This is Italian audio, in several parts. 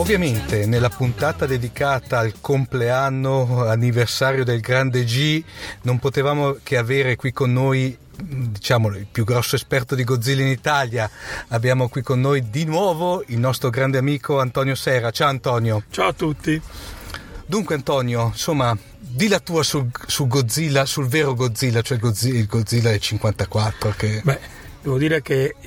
Ovviamente nella puntata dedicata al compleanno, anniversario del grande G, non potevamo che avere qui con noi, diciamo, il più grosso esperto di Godzilla in Italia. Abbiamo qui con noi di nuovo il nostro grande amico Antonio Serra. Ciao Antonio. Ciao a tutti. Dunque Antonio, insomma, di la tua su Godzilla, sul vero Godzilla, cioè il Godzilla del 54. Che... Beh, devo dire che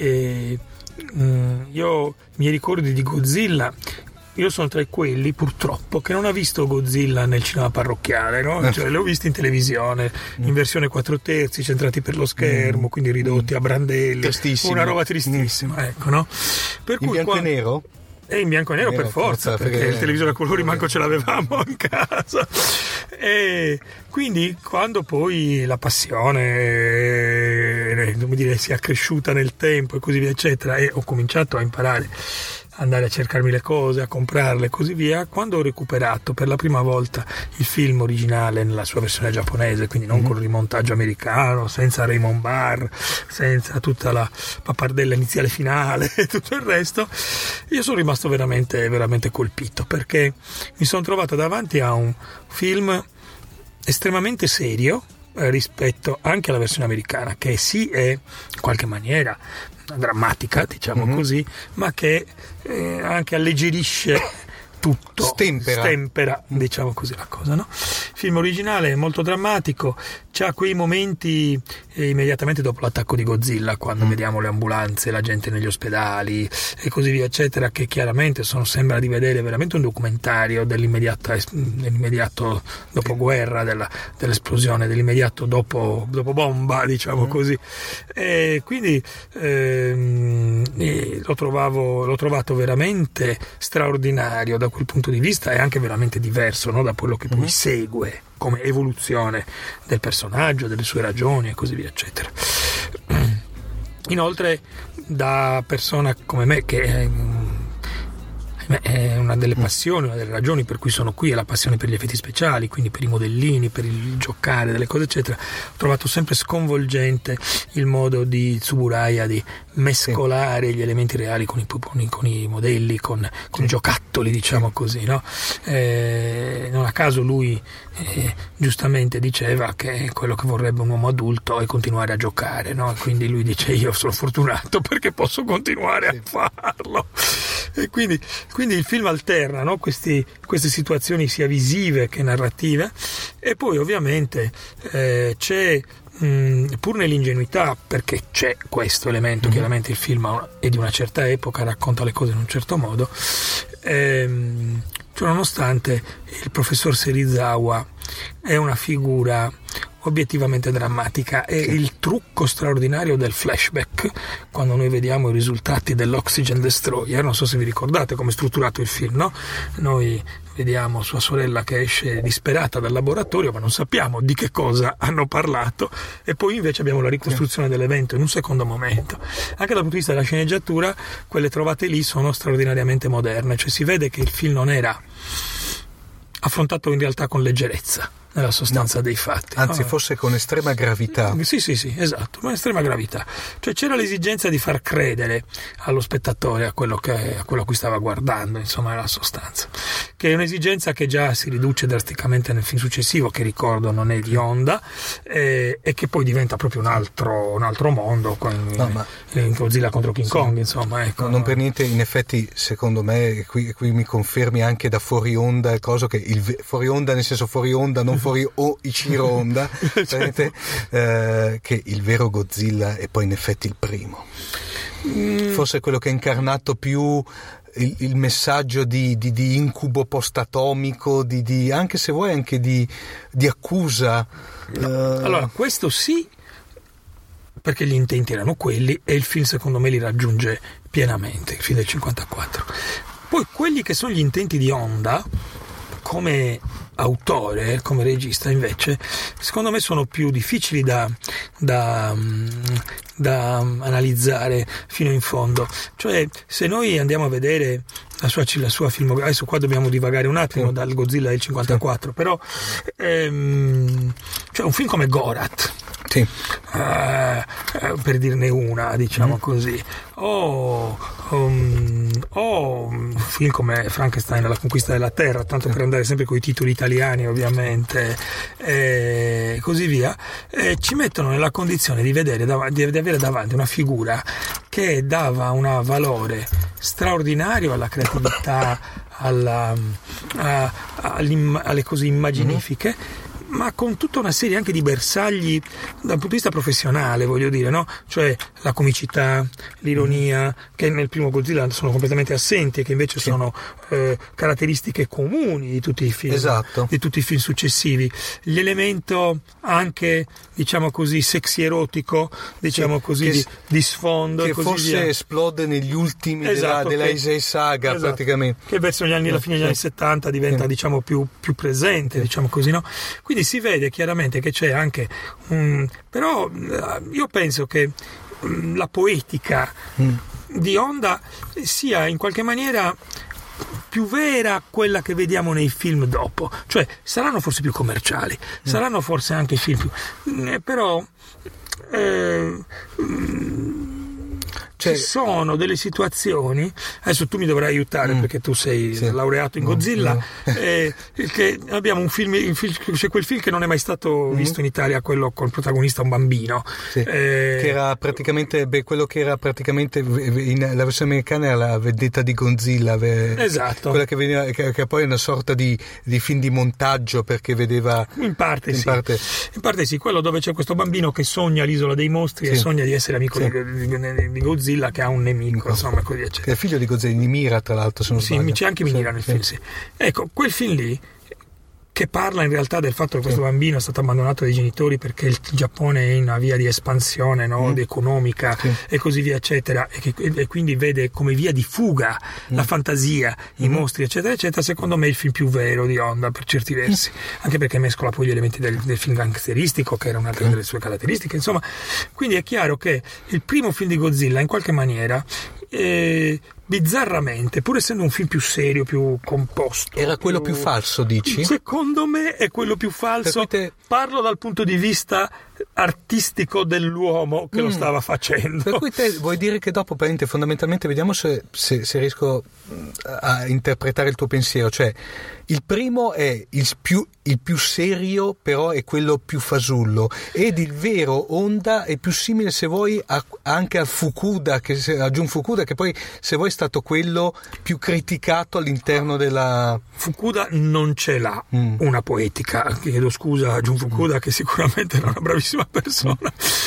io mi ricordo di Godzilla. Io sono tra quelli, purtroppo, che non ha visto Godzilla nel cinema parrocchiale, no? Cioè, l'ho visto in televisione, in versione 4/3, centrati per lo schermo, quindi ridotti a brandelli. Tristissimo. Una roba tristissima, ecco, no? Per in bianco e nero? In bianco e nero per forza, perché il televisore a colori manco ce l'avevamo in casa. E quindi quando poi la passione, come dire, si è accresciuta nel tempo e così via, eccetera, e ho cominciato a imparare, andare a cercarmi le cose, a comprarle e così via, quando ho recuperato per la prima volta il film originale nella sua versione giapponese, quindi non con il rimontaggio americano, senza Raymond Barr, senza tutta la pappardella iniziale finale e tutto il resto, io sono rimasto veramente, veramente colpito, perché mi sono trovato davanti a un film estremamente serio rispetto anche alla versione americana, che sì è in qualche maniera drammatica, diciamo così, ma che anche alleggerisce tutto, stempera, diciamo così la cosa, no? Il film originale è molto drammatico, c'ha quei momenti immediatamente dopo l'attacco di Godzilla, quando vediamo le ambulanze, la gente negli ospedali e così via eccetera, che chiaramente sembra di vedere veramente un documentario dell'immediato dopoguerra, dell'esplosione, dell'immediato dopo bomba, diciamo così, e quindi l'ho trovato veramente straordinario da quel punto di vista, e anche veramente diverso, no? Da quello che poi segue come evoluzione del personaggio, delle sue ragioni e così via eccetera. Inoltre, da persona come me, che è una delle passioni, una delle ragioni per cui sono qui, è la passione per gli effetti speciali, quindi per i modellini, per il giocare delle cose eccetera, ho trovato sempre sconvolgente il modo di Tsuburaya di mescolare gli elementi reali con i modelli, con i giocattoli, diciamo così, no? Non a caso lui giustamente diceva che quello che vorrebbe un uomo adulto è continuare a giocare, no? Quindi lui dice: io sono fortunato perché posso continuare a farlo. E quindi il film alterna, no? Queste situazioni sia visive che narrative, e poi ovviamente c'è, pur nell'ingenuità, perché c'è questo elemento, chiaramente il film è di una certa epoca, racconta le cose in un certo modo, nonostante il professor Serizawa è una figura obiettivamente drammatica, e il trucco straordinario del flashback, quando noi vediamo i risultati dell'Oxygen Destroyer, non so se vi ricordate come è strutturato il film, no? Noi vediamo sua sorella che esce disperata dal laboratorio, ma non sappiamo di che cosa hanno parlato, e poi invece abbiamo la ricostruzione dell'evento in un secondo momento. Anche dal punto di vista della sceneggiatura, quelle trovate lì sono straordinariamente moderne, cioè si vede che il film non era affrontato in realtà con leggerezza nella sostanza dei fatti, anzi forse con estrema gravità. Sì, esatto, con estrema gravità, cioè c'era l'esigenza di far credere allo spettatore a quello a cui stava guardando, insomma, la sostanza, che è un'esigenza che già si riduce drasticamente nel film successivo, che ricordo non è di Honda, e che poi diventa proprio un altro mondo con Godzilla contro King Kong, insomma, ecco. Non per niente, in effetti, secondo me, qui mi confermi anche da fuori onda il coso, che fuori onda nel senso fuori onda, non fuori Ichiro Honda, che il vero Godzilla è poi in effetti il primo, forse quello che ha incarnato più il messaggio di incubo post-atomico, anche se vuoi anche di accusa. Allora, questo sì, perché gli intenti erano quelli, e il film secondo me li raggiunge pienamente, il film del 54. Poi quelli che sono gli intenti di Honda come autore, come regista, invece secondo me sono più difficili da analizzare fino in fondo. Cioè, se noi andiamo a vedere la sua filmografia, adesso qua dobbiamo divagare un attimo dal Godzilla del 54, però cioè un film come Gorat, Sì. Per dirne una, diciamo così, o film come Frankenstein e la conquista della terra, tanto per andare sempre con i titoli italiani ovviamente, e così via, ci mettono nella condizione di vedere di avere davanti una figura che dava un valore straordinario alla creatività, alle cose immaginifiche, ma con tutta una serie anche di bersagli dal punto di vista professionale, voglio dire, no? Cioè la comicità, l'ironia, che nel primo Godzilla sono completamente assenti e che invece sono caratteristiche comuni di tutti i film, di tutti i film successivi. L'elemento anche, diciamo così, sexy erotico, diciamo così, di sfondo, che e così forse via. Esplode negli ultimi della Heisei saga, praticamente, che verso alla fine degli anni 70 diventa diciamo più presente, diciamo così, no? Quindi si vede chiaramente che c'è anche però io penso che la poetica di Honda sia in qualche maniera più vera quella che vediamo nei film dopo, cioè saranno forse più commerciali, saranno forse anche film più però ci sono delle situazioni, adesso tu mi dovrai aiutare perché tu sei laureato in Godzilla, che abbiamo un film, c'è quel film che non è mai stato visto in Italia, quello col protagonista un bambino, che era praticamente quello che era praticamente la versione americana era La vendetta di Godzilla, esatto, quella che veniva, che poi è una sorta di film di montaggio, perché vedeva in parte sì, quello dove c'è questo bambino che sogna l'isola dei mostri e sogna di essere amico di Godzilla, che ha un nemico, insomma, così eccetera. Che è figlio di Godzilla, di Mira, tra l'altro, se non sbaglio. C'è anche Mira nel film, sì. Ecco, quel film lì, che parla in realtà del fatto che questo bambino è stato abbandonato dai genitori perché il Giappone è in una via di espansione, no? Economica e così via eccetera, e quindi vede come via di fuga la fantasia, i mostri eccetera eccetera. Secondo me è il film più vero di Honda per certi versi, anche perché mescola poi gli elementi del film gangsteristico, che era un'altra delle sue caratteristiche, insomma. Quindi è chiaro che il primo film di Godzilla in qualche maniera bizzarramente, pur essendo un film più serio, più composto, era quello più falso, dici? Secondo me è quello più falso. Parlo dal punto di vista artistico dell'uomo che lo stava facendo. Per cui te vuoi dire che dopo fondamentalmente vediamo se riesco a interpretare il tuo pensiero, cioè il primo è il più serio, però è quello più fasullo, ed il vero Honda è più simile, se vuoi, anche al Fukuda, a Jun Fukuda, che poi, se vuoi, è stato quello più criticato all'interno della... Fukuda non ce l'ha una poetica, chiedo scusa a Jun Fukuda, che sicuramente era una bravissima persona,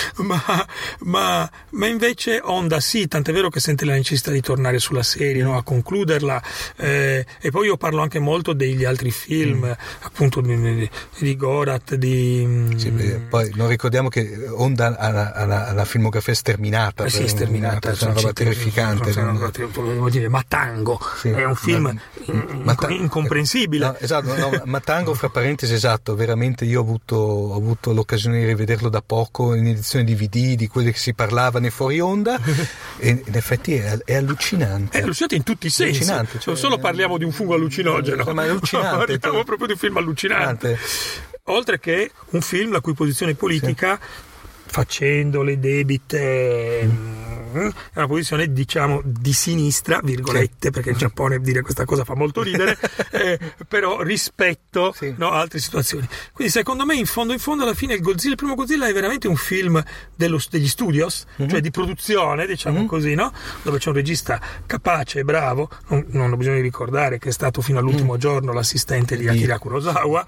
ma invece Honda sì, tant'è vero che sente la necessità di tornare sulla serie, no? A concluderla, e poi io parlo anche molto degli altri film, appunto di Gorat, poi non ricordiamo che Honda ha una filmografia sterminata, sterminata, è una roba terrificante, vuol dire Matango, è un film incomprensibile. No, esatto, Matango, fra parentesi, esatto, veramente io ho avuto l'occasione di rivederlo da poco in edizione DVD, di quelle che si parlava nei fuori onda, e in effetti è allucinante. È allucinante in tutti i sensi, non solo parliamo di un fungo allucinogeno, ma è allucinante, parliamo proprio di un film allucinante, oltre che un film la cui posizione politica, facendo le debite, è una posizione, diciamo, di sinistra, virgolette, perché in Giappone dire questa cosa fa molto ridere, però rispetto a altre situazioni. Quindi secondo me in fondo alla fine il primo Godzilla è veramente un film degli studios, cioè di produzione, diciamo così, no? Dove c'è un regista capace e bravo, non ho bisogno di ricordare che è stato fino all'ultimo giorno l'assistente di Akira Kurosawa,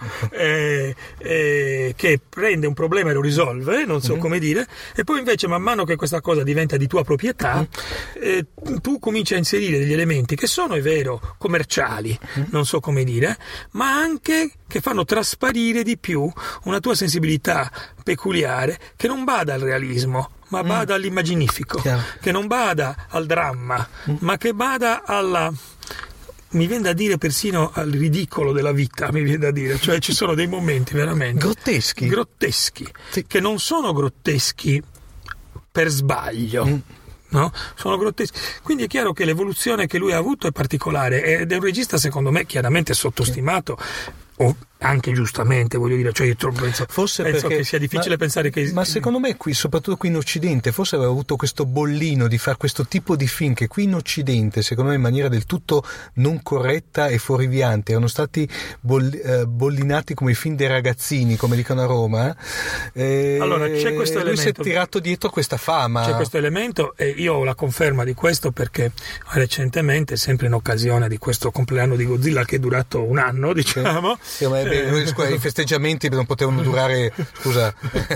che prende un problema e lo risolve, non so come dire, e poi invece man mano che questa cosa diventa di tua proprietà, tu cominci a inserire degli elementi che sono, è vero, commerciali, non so come dire, ma anche che fanno trasparire di più una tua sensibilità peculiare, che non bada al realismo, ma bada all'immaginifico, che non bada al dramma, ma che bada mi viene da dire persino al ridicolo della vita, mi viene da dire, cioè ci sono dei momenti veramente grotteschi, che non sono grotteschi per sbaglio, no? Sono grotteschi. Quindi è chiaro che l'evoluzione che lui ha avuto è particolare, ed è un regista secondo me chiaramente sottostimato, anche giustamente, voglio dire, cioè io penso che sia difficile pensare che... Ma secondo me qui, soprattutto qui in Occidente, forse aveva avuto questo bollino di fare questo tipo di film che qui in Occidente, secondo me in maniera del tutto non corretta e fuorviante, erano stati bollinati come i film dei ragazzini, come dicono a Roma. Allora c'è questo elemento. Lui si è tirato dietro questa fama. C'è questo elemento e io ho la conferma di questo perché recentemente, sempre in occasione di questo compleanno di Godzilla che è durato un anno, diciamo. Sì, ma i festeggiamenti non potevano durare, scusa.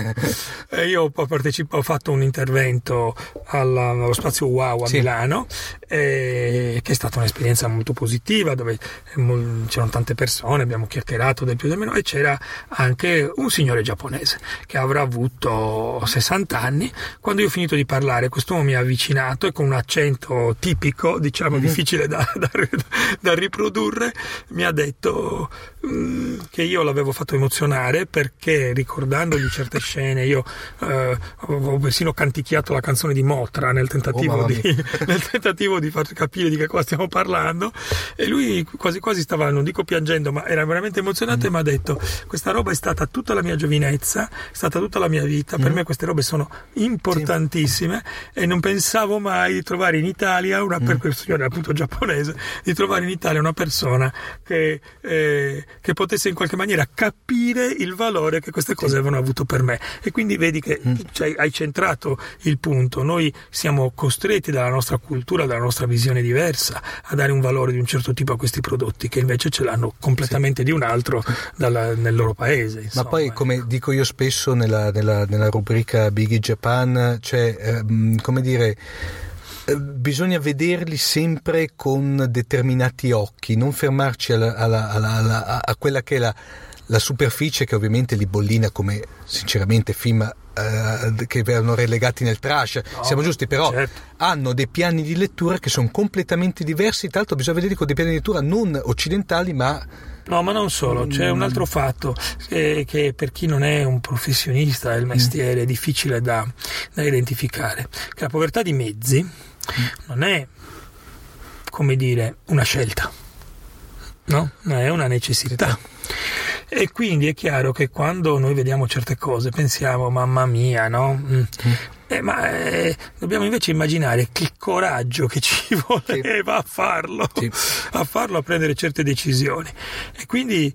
Io ho fatto un intervento allo Spazio Wow a Milano, che è stata un'esperienza molto positiva, dove c'erano tante persone, abbiamo chiacchierato del più e del meno, e c'era anche un signore giapponese che avrà avuto 60 anni. Quando io ho finito di parlare, quest'uomo mi ha avvicinato e con un accento tipico, diciamo difficile da riprodurre, mi ha detto che io l'avevo fatto emozionare perché, ricordandogli certe scene, io ho persino canticchiato la canzone di Motra nel tentativo di far capire di che cosa stiamo parlando, e lui quasi quasi stava, non dico piangendo, ma era veramente emozionato e mi ha detto: questa roba è stata tutta la mia giovinezza, è stata tutta la mia vita, per me queste robe sono importantissime e non pensavo mai di trovare in Italia per questo signore appunto giapponese, di trovare in Italia una persona che potesse in qualche maniera capire il valore che queste cose avevano avuto per me. E quindi vedi che hai centrato il punto. Noi siamo costretti dalla nostra cultura, dalla nostra visione diversa, a dare un valore di un certo tipo a questi prodotti che invece ce l'hanno completamente di un altro nel loro paese, insomma. Ma poi, come dico io spesso nella rubrica Big in Japan, cioè come dire, bisogna vederli sempre con determinati occhi, non fermarci a quella che è la superficie, che ovviamente li bollina come sinceramente film che erano relegati nel trash. Siamo giusti, però hanno dei piani di lettura che sono completamente diversi. Tra l'altro bisogna vederli con dei piani di lettura non occidentali, ma... No, ma non solo, c'è un altro fatto che per chi non è un professionista del mestiere è difficile da identificare, che la povertà di mezzi non è, come dire, una scelta, no? È una necessità. E quindi è chiaro che quando noi vediamo certe cose pensiamo: mamma mia, no? Dobbiamo invece immaginare che coraggio che ci voleva a farlo, a prendere certe decisioni. E quindi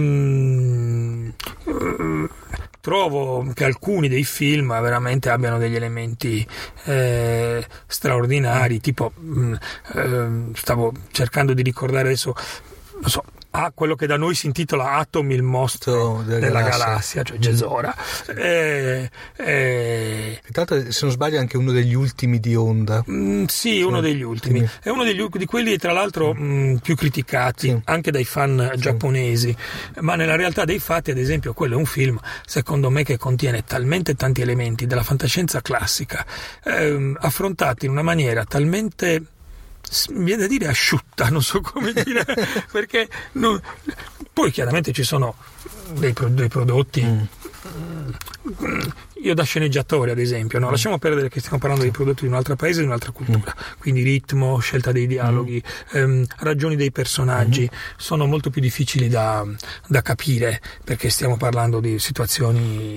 trovo che alcuni dei film veramente abbiano degli elementi straordinari, tipo stavo cercando di ricordare adesso, non so, quello che da noi si intitola Atom, il mostro della galassia, cioè Gesora. Tra l'altro, se non sbaglio, è anche uno degli ultimi di Honda. Sì, uno degli ultimi. È uno di quelli, tra l'altro, più criticati anche dai fan giapponesi. Ma nella realtà dei fatti, ad esempio, quello è un film, secondo me, che contiene talmente tanti elementi della fantascienza classica, affrontati in una maniera talmente, mi viene da dire, asciutta, non so come dire, perché poi chiaramente ci sono dei prodotti. Io da sceneggiatore, ad esempio, no? Lasciamo perdere che stiamo parlando di prodotti di un altro paese, di un'altra cultura, quindi ritmo, scelta dei dialoghi, ragioni dei personaggi sono molto più difficili da capire, perché stiamo parlando di situazioni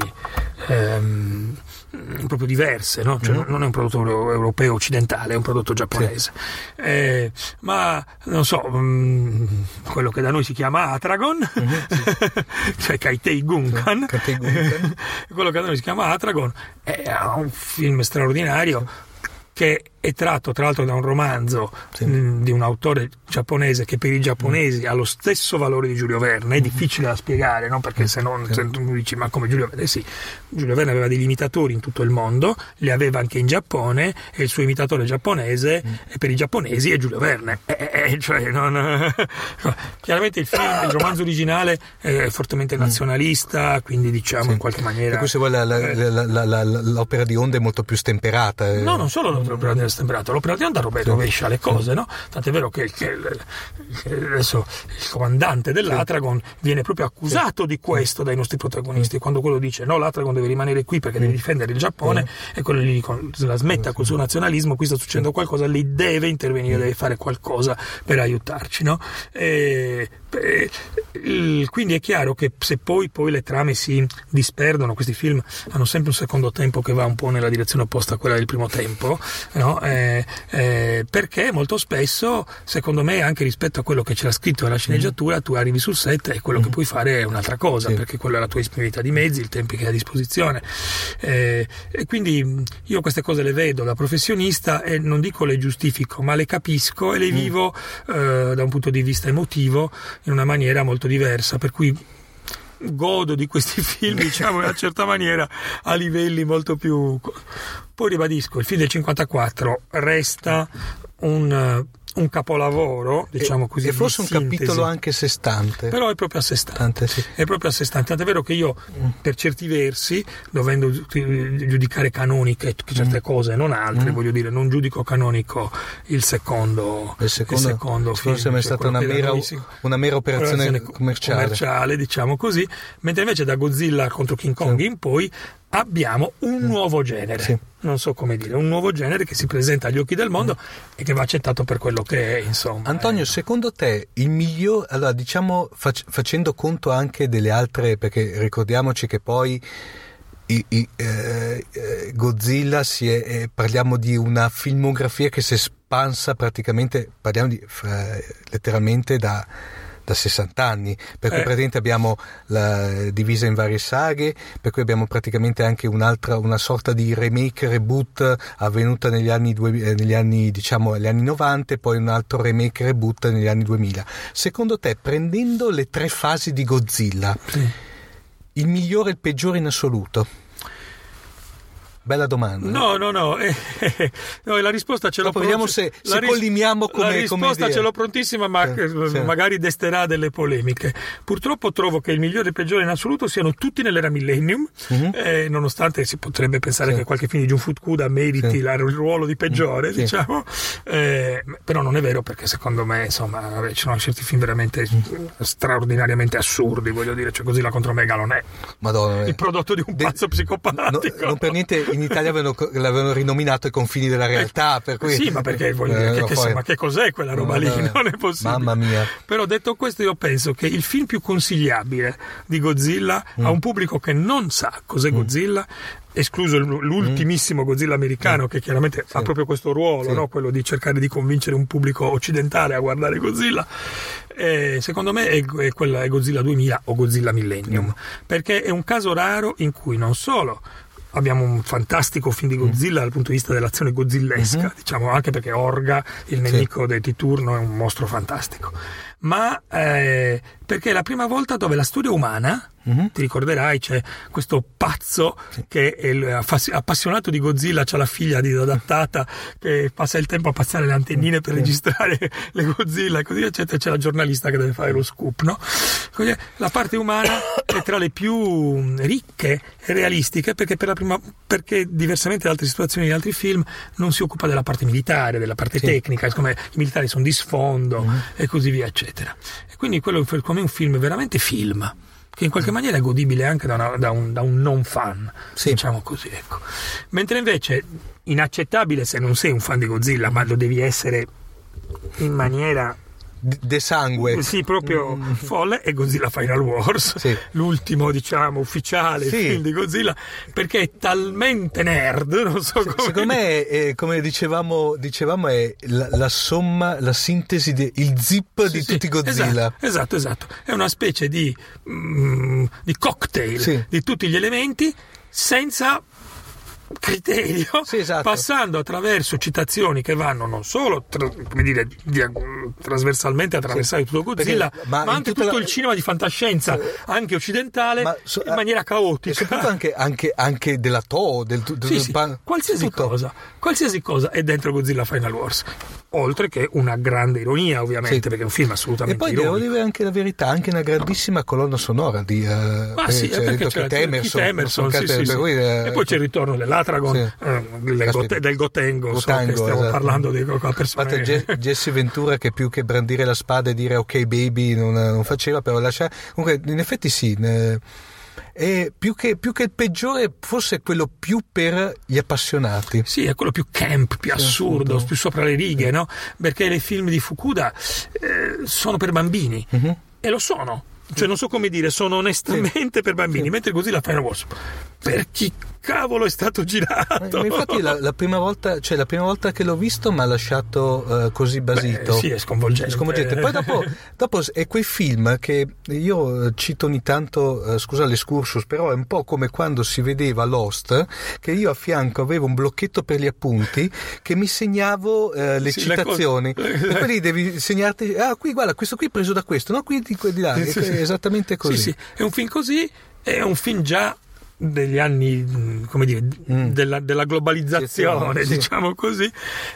proprio diverse, no? Cioè, non è un prodotto europeo occidentale, è un prodotto giapponese. Ma non so, quello che da noi si chiama Atragon, cioè Kaitei Gunkan, quello che da noi si chiama Atragon è un film straordinario che è tratto tra l'altro da un romanzo di un autore giapponese che per i giapponesi ha lo stesso valore di Giulio Verne. È difficile da spiegare, no? Perché se tu dici: ma come Giulio Verne? Sì, Giulio Verne aveva degli imitatori in tutto il mondo, li aveva anche in Giappone, e il suo imitatore giapponese e per i giapponesi è Giulio Verne. Chiaramente il romanzo originale è fortemente nazionalista, quindi diciamo in qualche maniera. Per cui se vuoi l'opera di Honda è molto più stemperata. No, non solo l'opera di stemperata. L'opera di onda rovescia le cose, no? Tant'è vero che adesso il comandante dell'Atragon viene proprio accusato di questo dai nostri protagonisti, quando quello dice no, l'Atragon deve rimanere qui perché deve difendere il Giappone, e quello gli dicono la smetta col suo nazionalismo, qui sta succedendo qualcosa, lei deve intervenire, deve fare qualcosa per aiutarci, no? Quindi è chiaro che se poi le trame si disperdono, questi film hanno sempre un secondo tempo che va un po' nella direzione opposta a quella del primo tempo, no? Perché molto spesso, secondo me, anche rispetto a quello che c'era scritto nella sceneggiatura, tu arrivi sul set e quello che puoi fare è un'altra cosa, perché quella è la tua disponibilità di mezzi, il tempo che hai a disposizione, e quindi io queste cose le vedo da professionista e non dico le giustifico, ma le capisco e le vivo da un punto di vista emotivo in una maniera molto diversa, per cui godo di questi film, diciamo, in una certa maniera a livelli molto più. Poi ribadisco, il film del 54 resta un capolavoro, diciamo così, e forse un capitolo anche a sé stante, però è proprio a sé stante, è proprio a sé stante, tant'è vero che io, per certi versi, dovendo giudicare canoniche certe cose e non altre, voglio dire, non giudico canonico il secondo film, forse è stata una mera operazione commerciale, diciamo così, mentre invece da Godzilla contro King Kong in poi abbiamo un nuovo genere, non so come dire, un nuovo genere che si presenta agli occhi del mondo e che va accettato per quello che è, insomma. Antonio, secondo te il miglior, allora diciamo facendo conto anche delle altre, perché ricordiamoci che poi Godzilla parliamo di una filmografia che si è espansa praticamente, parliamo di letteralmente da 60 anni, per cui praticamente abbiamo la divisa in varie saghe, per cui abbiamo praticamente anche una sorta di remake, reboot avvenuta negli anni 90, e poi un altro remake, reboot negli anni 2000. Secondo te, prendendo le tre fasi di Godzilla, il migliore e il peggiore in assoluto? Bella domanda. No, la risposta ce l'ho. Dopo vediamo se collimiamo come la risposta ce l'ho prontissima, ma magari desterà delle polemiche. Purtroppo trovo che il migliore e il peggiore in assoluto siano tutti nell'era Millennium, nonostante si potrebbe pensare che qualche film di Jun Fukuda meriti il ruolo di peggiore, diciamo, però non è vero, perché secondo me, insomma, ci sono certi film veramente straordinariamente assurdi, voglio dire, cioè Godzilla contro Megalon è il prodotto di un pazzo psicopatico. Non per niente in Italia l'avevano rinominato I confini della realtà, per cui... Sì, ma perché ma che cos'è quella roba lì? Non è possibile. Mamma mia. Però detto questo, io penso che il film più consigliabile di Godzilla a un pubblico che non sa cos'è Godzilla, escluso l'ultimissimo Godzilla americano, che chiaramente ha proprio questo ruolo, no? Quello di cercare di convincere un pubblico occidentale a guardare Godzilla, secondo me è Godzilla 2000 o Godzilla Millennium, perché è un caso raro in cui non solo abbiamo un fantastico film di Godzilla dal punto di vista dell'azione godzillesca, diciamo, anche perché Orga, il nemico di turno, è un mostro fantastico, ma perché è la prima volta dove la storia umana, ti ricorderai, c'è questo pazzo che è appassionato di Godzilla, c'ha la figlia adattata che passa il tempo a passare le antennine per registrare le Godzilla e così eccetera, c'è la giornalista che deve fare lo scoop, no? Così, la parte umana è tra le più ricche e realistiche, perché diversamente da altre situazioni di altri film non si occupa della parte militare, della parte tecnica, siccome i militari sono di sfondo e così via eccetera, e quindi quello come un film veramente film, che in qualche maniera è godibile anche da un non fan, diciamo così, ecco. Mentre invece inaccettabile se non sei un fan di Godzilla, ma lo devi essere in maniera de sangue, proprio folle, è Godzilla Final Wars, l'ultimo, diciamo, ufficiale film di Godzilla, perché è talmente nerd, non so come. Secondo me come dicevamo è la somma, la sintesi il zip di tutti i Godzilla. Esatto, è una specie di cocktail di tutti gli elementi, senza criterio, passando attraverso citazioni che vanno non solo trasversalmente a attraversare tutto Godzilla, ma anche tutto il cinema di fantascienza, anche occidentale, in maniera caotica, e soprattutto anche della Toho, qualsiasi cosa è dentro Godzilla Final Wars, oltre che una grande ironia, ovviamente, perché è un film assolutamente ironico. E poi devo dire anche la verità, anche una grandissima colonna sonora di perché c'è Keith Emerson, e poi c'è il ritorno dell'Atragon, Tatragon, del Gotengo, so che stiamo parlando di una persona. Jesse Ventura, che più che brandire la spada e dire ok baby non faceva, però comunque in effetti sì, e più che il peggiore, forse è quello più per gli appassionati. Sì, è quello più camp, più assurdo, più sopra le righe, no? Perché i film di Fukuda sono per bambini, e lo sono. Cioè, non so come dire, sono onestamente per bambini, mentre così la Final Wars, per chi cavolo è stato girato? Infatti la prima volta che l'ho visto mi ha lasciato così basito. Sì, è sconvolgente. Poi dopo è quei film che io cito ogni tanto, scusa l'escursus, però è un po' come quando si vedeva Lost, che io a fianco avevo un blocchetto per gli appunti che mi segnavo le citazioni, e poi lì devi segnarti, qui guarda, questo qui è preso da questo, no, qui di là, è esattamente così. Sì, è un film così, è un film già degli anni, come dire, della globalizzazione, diciamo così,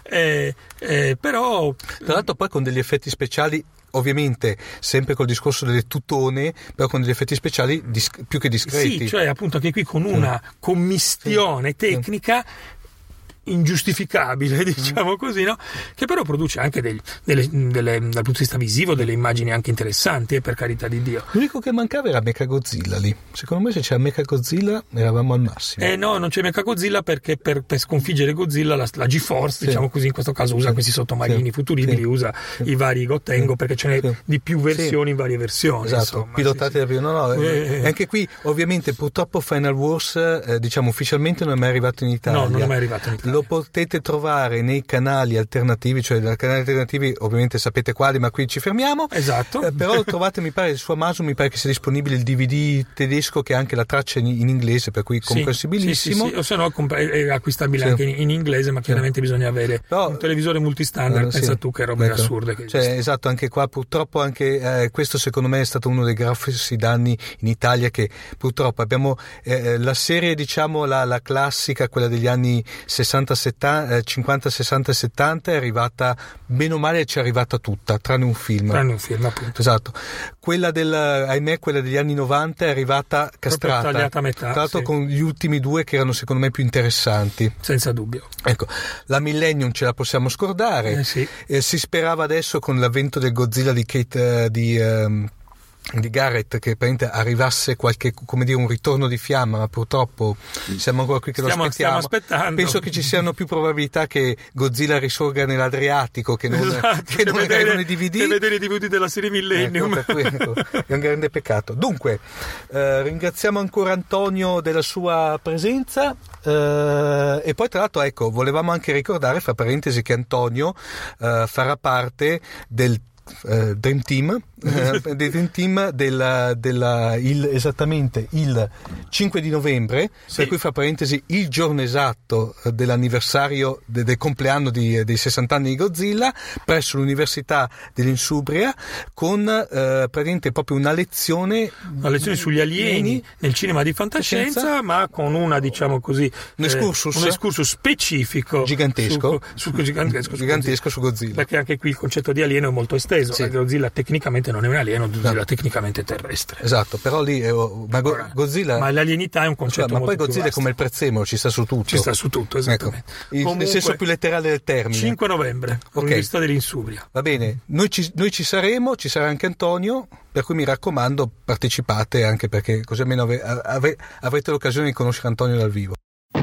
però tra l'altro poi con degli effetti speciali, ovviamente sempre col discorso delle tutone, però con degli effetti speciali più che discreti. Sì, cioè appunto anche qui con una commistione tecnica ingiustificabile, diciamo così, no? Che però produce anche dal punto di vista visivo delle immagini anche interessanti, per carità di Dio. L'unico che mancava era Mechagodzilla lì. Secondo me se c'era Mechagodzilla eravamo al massimo. No, non c'è Mechagodzilla perché per sconfiggere Godzilla la G-Force, diciamo così, in questo caso usa questi sottomarini futuribili, usa i vari Gotengo, perché ce n'è di più versioni in varie versioni. Esatto, insomma, pilotati da prima. Anche qui ovviamente purtroppo Final Wars diciamo ufficialmente non è mai arrivato in Italia. No, non è mai arrivato in Italia. Lo potete trovare nei canali alternativi, cioè nei canali alternativi ovviamente sapete quali, ma qui ci fermiamo. Esatto. Però lo trovate, mi pare, su Amazon, mi pare che sia disponibile il DVD tedesco che ha anche la traccia in inglese, per cui comprensibilissimo. Sì. O se no è acquistabile anche in inglese, ma chiaramente bisogna avere un televisore multistandard, pensa tu che robe assurde che esatto, anche qua purtroppo anche questo secondo me è stato uno dei grossi danni in Italia, che purtroppo abbiamo la serie, diciamo la classica, quella degli anni 60, 50, 60 e 70 è arrivata bene o male, ci è arrivata tutta tranne un film, appunto. Esatto. Quella quella degli anni 90 è arrivata castrata, tagliata a metà, tra l'altro con gli ultimi due che erano secondo me più interessanti, senza dubbio. Ecco, la Millennium ce la possiamo scordare. Si sperava adesso con l'avvento del Godzilla di Garrett che arrivasse qualche, come dire, un ritorno di fiamma, ma purtroppo siamo ancora qui che lo aspettiamo. Stiamo aspettando. Penso che ci siano più probabilità che Godzilla risorga nell'Adriatico che non arrivano i DVD. Che vedere i DVD della serie Millennium. Ecco, è un grande peccato. Dunque, ringraziamo ancora Antonio della sua presenza. E poi tra l'altro, ecco, volevamo anche ricordare, fra parentesi, che Antonio farà parte del Dream Team esattamente il 5 di novembre, per cui fra parentesi il giorno esatto dell'anniversario del compleanno dei 60 anni di Godzilla, presso l'Università dell'Insubria, con praticamente proprio una lezione sugli alieni nel cinema di fantascienza, ma con una, diciamo così, un excursus specifico gigantesco su Godzilla, perché anche qui il concetto di alieno è molto esteso. Godzilla tecnicamente non è un alieno, Godzilla tecnicamente terrestre. Esatto, però lì Godzilla, ma l'alienità è un concetto ma molto poi Godzilla è come il prezzemolo, ci sta su tutto, esattamente. Ecco, nel senso più letterale del termine. 5 novembre, Università dell'Insubria. Va bene, noi ci saremo, ci sarà anche Antonio, per cui mi raccomando, partecipate, anche perché così almeno avrete l'occasione di conoscere Antonio dal vivo.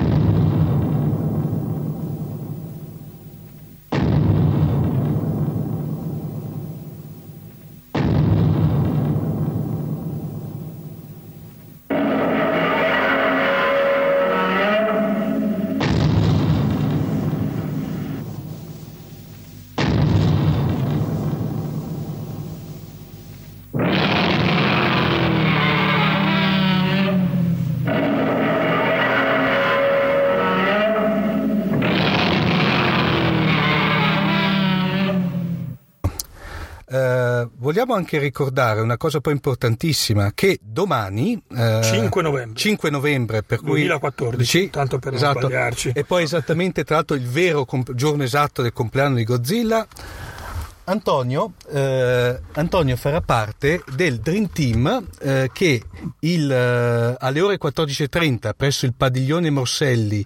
Vogliamo anche ricordare una cosa poi importantissima, che domani 5 novembre per 2014, tanto per non sbagliarci, e poi esattamente tra l'altro il vero giorno esatto del compleanno di Godzilla, Antonio farà parte del Dream Team che alle ore 14.30 presso il Padiglione Morselli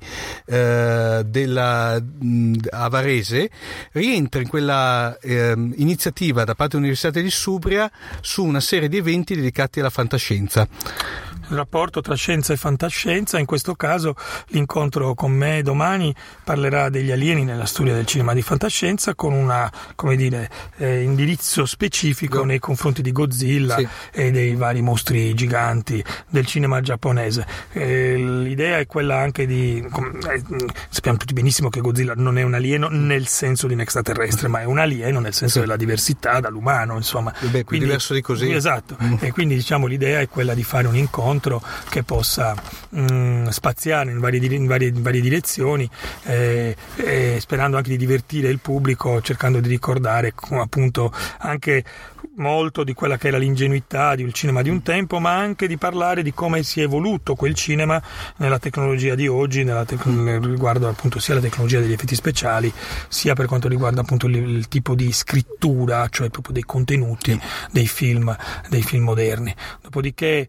a Varese rientra in quella iniziativa da parte dell'Università di Subria su una serie di eventi dedicati alla fantascienza. Il rapporto tra scienza e fantascienza, in questo caso l'incontro con me domani parlerà degli alieni nella storia del cinema di fantascienza con una, indirizzo specifico nei confronti di Godzilla e dei vari mostri giganti del cinema giapponese. L'idea è quella anche sappiamo tutti benissimo che Godzilla non è un alieno nel senso di un extraterrestre, ma è un alieno nel senso della diversità dall'umano, insomma. Più diverso di così. Esatto, e quindi l'idea è quella di fare un incontro che possa spaziare in varie direzioni, sperando anche di divertire il pubblico, cercando di ricordare appunto anche molto di quella che era l'ingenuità di un cinema di un tempo, ma anche di parlare di come si è evoluto quel cinema nella tecnologia di oggi, riguardo appunto sia la tecnologia degli effetti speciali, sia per quanto riguarda appunto il tipo di scrittura, cioè proprio dei contenuti dei film moderni. Dopodiché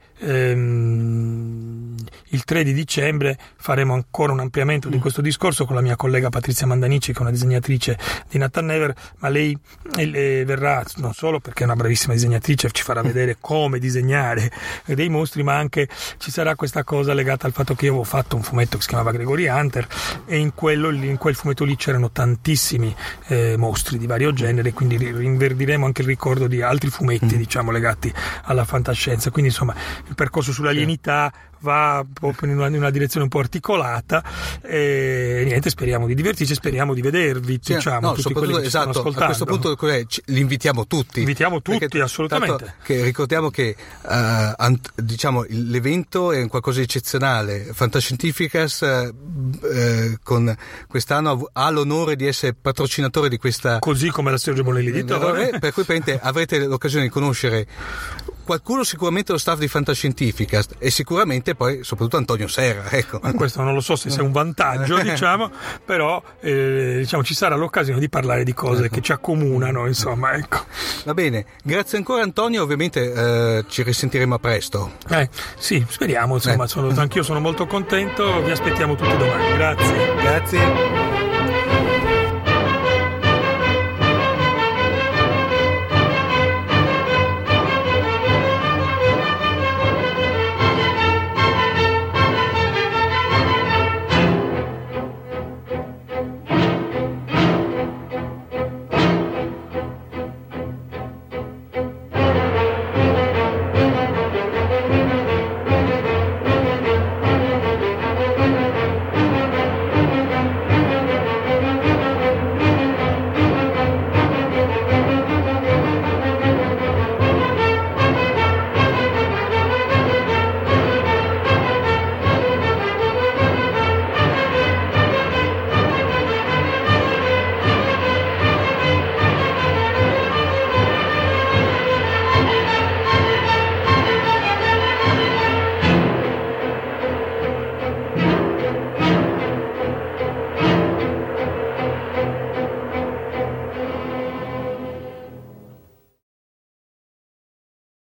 il 3 di dicembre faremo ancora un ampliamento di questo discorso con la mia collega Patrizia Mandanici, che è una disegnatrice di Nathan Never, ma lei verrà non solo perché è una bravissima disegnatrice, ci farà vedere come disegnare dei mostri, ma anche ci sarà questa cosa legata al fatto che io avevo fatto un fumetto che si chiamava Gregory Hunter e in quel fumetto lì c'erano tantissimi mostri di vario genere, quindi rinverdiremo anche il ricordo di altri fumetti legati alla fantascienza. Quindi insomma il percorso sull'alienità va proprio in una direzione un po' articolata e niente, speriamo di divertirci, speriamo di vedervi, tutti quelli che stanno ascoltando. A questo punto li invitiamo tutti. Perché, assolutamente. Che ricordiamo che l'evento è qualcosa di eccezionale. Fantascientificas con quest'anno ha l'onore di essere patrocinatore di questa, così come la Sergio Bonelli Editore, per cui avrete l'occasione di conoscere qualcuno sicuramente lo staff di Fantascientificas e sicuramente poi soprattutto Antonio Serra, ecco. Ma questo non lo so se sia un vantaggio, però ci sarà l'occasione di parlare di cose che ci accomunano, insomma, ecco. Va bene, grazie ancora Antonio, ovviamente ci risentiremo a presto. Sì, speriamo, insomma, anch'io sono molto contento, vi aspettiamo tutti domani. Grazie.